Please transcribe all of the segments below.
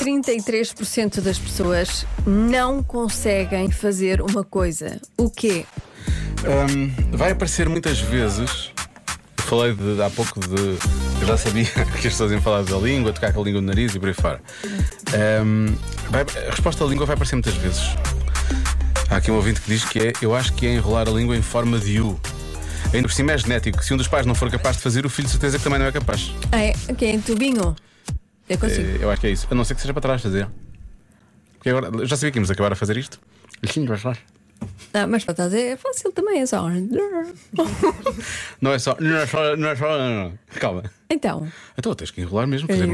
33% das pessoas não conseguem fazer uma coisa. O quê? Vai aparecer muitas vezes. Eu falei há pouco de. Eu já sabia que as pessoas iam falar da língua, tocar com a língua no nariz e por aí fora. A resposta da língua vai aparecer muitas vezes. Há aqui um ouvinte que diz que eu acho que é enrolar a língua em forma de U. Ainda por cima é genético. Se um dos pais não for capaz de fazer, o filho de certeza que também não é capaz. É, que é em tubinho. Eu consigo. Eu acho que é isso. A não ser que seja para trás fazer. Porque agora, já sabia que íamos acabar a fazer isto. Sim, vai lá. Mas para trás é fácil também, é só. Não é só. Não. Calma. Então Tens que enrolar mesmo. Fazer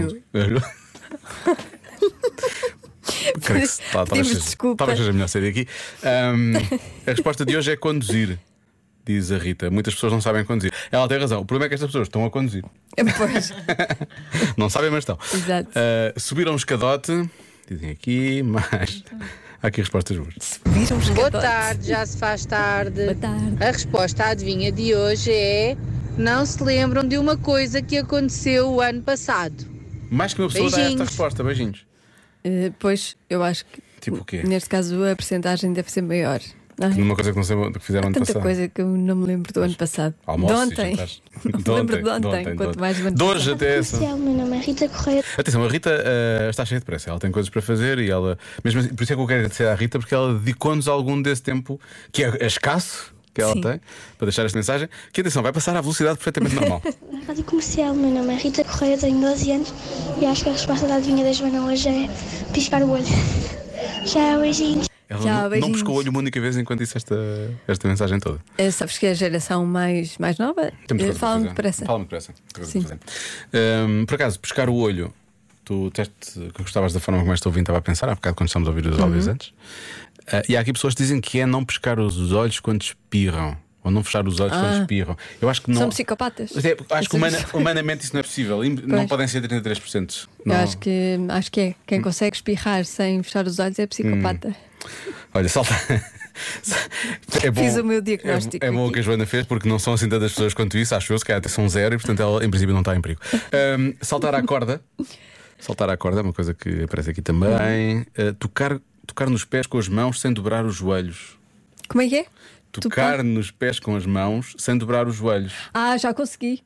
Creio que talvez seja melhor sair daqui. A resposta de hoje é conduzir, diz a Rita. Muitas pessoas não sabem conduzir. Ela tem razão. O problema é que estas pessoas estão a conduzir. Pois. Não sabem, mas estão. Exato. Subiram um escadote. Dizem aqui, mas há aqui respostas boas. Boa tarde, já se faz tarde. Boa tarde. A resposta à adivinha de hoje é: não se lembram de uma coisa que aconteceu o ano passado. Mais que uma pessoa dá esta Beijinhos. resposta. Beijinhos. Pois, eu acho que Tipo o quê? neste caso a percentagem deve ser maior. Não é? Numa coisa que não sei o que fizeram ano Tanta passado. coisa que eu não me lembro do ano passado. Almoços de e ontem. jantares. Lembro de ontem, quanto mais do ano de hoje passado. até essa. Meu nome é Rita Correia. Atenção, a Rita está cheia de pressa. Ela tem coisas para fazer e ela. Mesmo assim, por isso é que eu quero agradecer à Rita, porque ela dedicou-nos algum desse tempo que é escasso que ela Sim. tem para deixar esta mensagem. Que atenção, vai passar à velocidade perfeitamente normal. Na Rádio Comercial, meu nome é Rita Correia, tenho 12 anos e acho que a resposta da adivinha da Joana hoje é piscar o olho. Tchau, beijinhos. Ela Tchau, não beijinhos. pescou o olho uma única vez enquanto disse esta mensagem toda. Sabes que a geração mais nova fala muito depressa. Fala muito depressa. Sim. Por acaso, pescar o olho, tu que gostavas da forma como esta ouvinte estava a pensar, há bocado quando estamos a ouvir os áudios antes. E há aqui pessoas que dizem que é não pescar os olhos quando espirram. Ou não fechar os olhos quando espirram. Eu acho que não. São psicopatas. Acho que humanamente isso não é possível. Não podem ser 33%. Não. Eu acho que é. Quem consegue espirrar sem fechar os olhos é psicopata. Olha, salta. É bom, Fiz o meu diagnóstico É bom o aqui. que a Joana fez, porque não são assim tantas pessoas quanto isso. Acho eu, se calhar até são zero e portanto ela em princípio não está em perigo. Saltar à corda. Saltar à corda é uma coisa que aparece aqui também. Tocar nos pés com as mãos sem dobrar os joelhos. Como é que é? Tocar nos pés com as mãos sem dobrar os joelhos. Já consegui.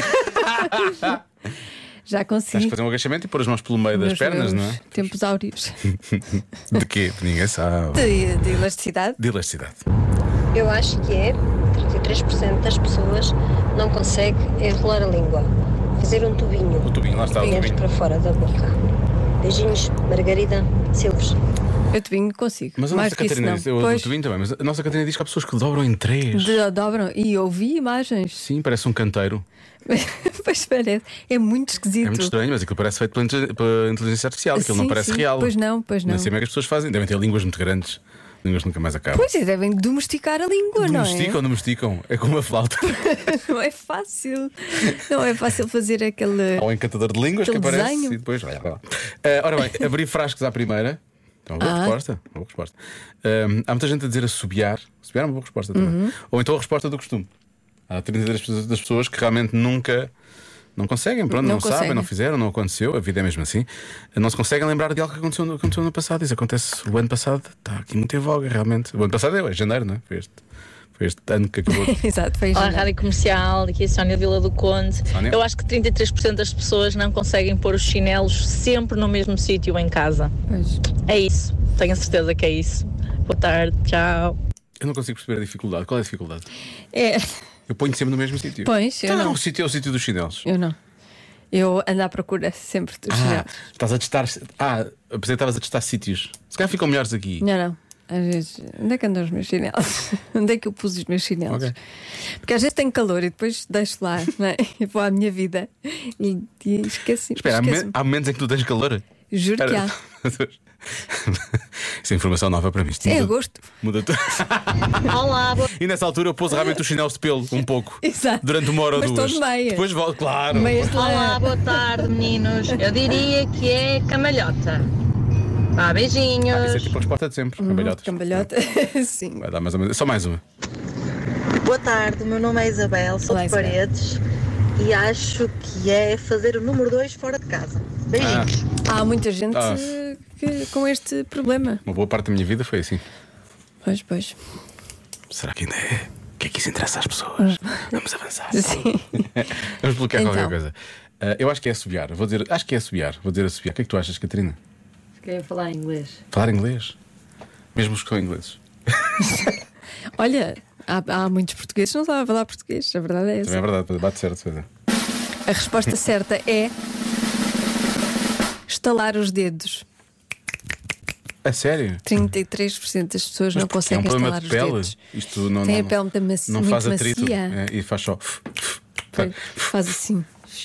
Já Tens consegui. que fazer um agachamento e pôr as mãos pelo meio das pernas, não é? Tempos áureos. De quê? Ninguém sabe. De elasticidade. De elasticidade. Eu acho que 33% das pessoas não consegue enrolar a língua. Fazer um tubinho. O tubinho, lá está o Bem tubinho. para fora da boca. Beijinhos, Margarida Silves. Eu tubinho consigo. Mas a mais nossa que isso Catarina não. diz, o Pois, tubinho também, mas a nossa Catarina diz que há pessoas que dobram em três. dobram. E eu vi imagens. Sim, parece um canteiro. Pois parece. É muito esquisito. É muito estranho, mas aquilo parece feito pela inteligência artificial. Aquilo não Sim, parece sim. real. Pois não. Nem sei como é que as pessoas fazem. Devem ter línguas muito grandes. Línguas nunca mais acabam. Pois é, devem domesticar a língua, não é? Domesticam. É como uma flauta. Não é fácil. Não é fácil fazer aquele. Há um encantador de línguas que Aquele aparece desenho. e depois. Vai lá. Ora bem, abrir frascos à primeira. É uma boa resposta. Uma boa resposta. Há muita gente a dizer assobiar. Assobiar é uma boa resposta também. Ou então a resposta do costume. Há 33% das pessoas que realmente nunca. Não conseguem, pronto, não sabem, conseguem. não fizeram, não aconteceu. A vida é mesmo assim. Não se conseguem lembrar de algo que aconteceu no passado. Isso acontece o ano passado. Está aqui muito em voga, realmente. O ano passado é janeiro, não é? Foi este ano que acabou. Exato, foi Olá, janeiro. Rádio Comercial, aqui é a Sónia Vila do Conde. Sónia? Eu acho que 33% das pessoas não conseguem pôr os chinelos sempre no mesmo sítio em casa. Pois. É isso, tenho a certeza que é isso. Boa tarde, tchau. Eu não consigo perceber a dificuldade. Qual é a dificuldade? É. Eu ponho sempre no mesmo sítio. Pois, eu Então, não. o sítio é o sítio dos chinelos. Eu não. Eu ando à procura sempre dos chinelos. Estás a testar. Pensei que estavas a testar sítios. Se calhar ficam melhores aqui. Não. Às vezes, onde é que andam os meus chinelos? Onde é que eu pus os meus chinelos? Ok. Porque às vezes tenho calor e depois deixo lá, não é? Eu vou à minha vida e esqueci. Espera, há momentos em que tu tens calor? Juro que há. Isso é informação nova para mim. Isto É muda- agosto. Muda tudo. Olá, E nessa altura eu pus realmente os chinelos de pelo, um pouco. Exato. Durante 1 hora ou Mas 2. estou de meia. Depois volto, claro. Meias de Olá, lã. boa tarde, meninos. Eu diria que é camalhota. Vá, beijinhos. Isso é tipo a resposta de sempre. Cambalhotas. Cambalhota. Sim. Vai dar mais ou menos. Só mais uma. Boa tarde, o meu nome é Isabel, sou Olá, de Isabel. Paredes e acho que é fazer o número 2 fora de casa. Beijinhos. Há muita gente com este problema. Uma boa parte da minha vida foi assim. Pois. Será que ainda é? O que é que isso interessa às pessoas? Vamos avançar. Sim. Vamos bloquear qualquer Então. coisa. Eu acho que é assobiar. Acho que é assobiar. Vou dizer assobiar. O que é que tu achas, Catarina? Querem falar inglês? Falar inglês? Mesmo os que são ingleses. Olha, há muitos portugueses que não sabem falar português. A verdade é essa. Também é verdade, bate certo. Coisa. A resposta certa é estalar os dedos. A sério? 33% das pessoas não É um conseguem problema estalar de os pele. dedos. Isto não, Tem não, a pele muito macia. não faz atrito e faz só. Pois, faz assim.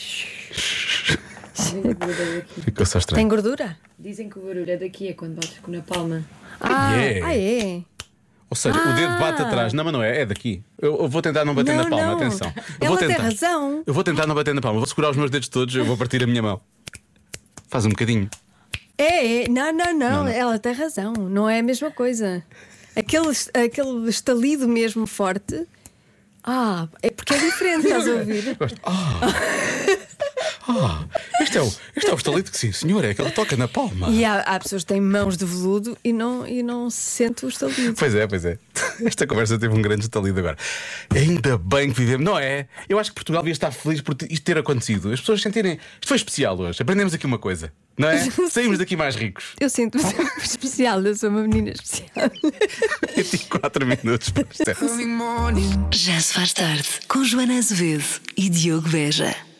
Ficou só Tem estranho. gordura? Dizem que o barulho é daqui, é quando bates na palma. É. Ou seja, o dedo bate atrás. Não, mas não é, é daqui. Eu vou tentar não bater na palma, não. atenção. Eu Ela vou tem tentar. razão. Eu vou tentar não bater na palma. Vou segurar os meus dedos todos, eu vou partir a minha mão. Faz um bocadinho. Não. Ela tem razão. Não é a mesma coisa. Aquele estalido mesmo forte. É porque é diferente, estás a ouvir? Gosto. Este é o estalito que sim, senhor, é que ele toca na palma. E há pessoas que têm mãos de veludo e não se sente o estalido. Pois é. Esta conversa teve um grande estalido agora. Ainda bem que vivemos, não é? Eu acho que Portugal devia estar feliz por isto ter acontecido. As pessoas sentirem. Isto foi especial hoje. Aprendemos aqui uma coisa, não é? Saímos daqui mais ricos. Eu sinto-me sempre especial, eu sou uma menina especial. 24 minutos para as 7. Já se faz tarde com Joana Azevedo e Diogo Beja.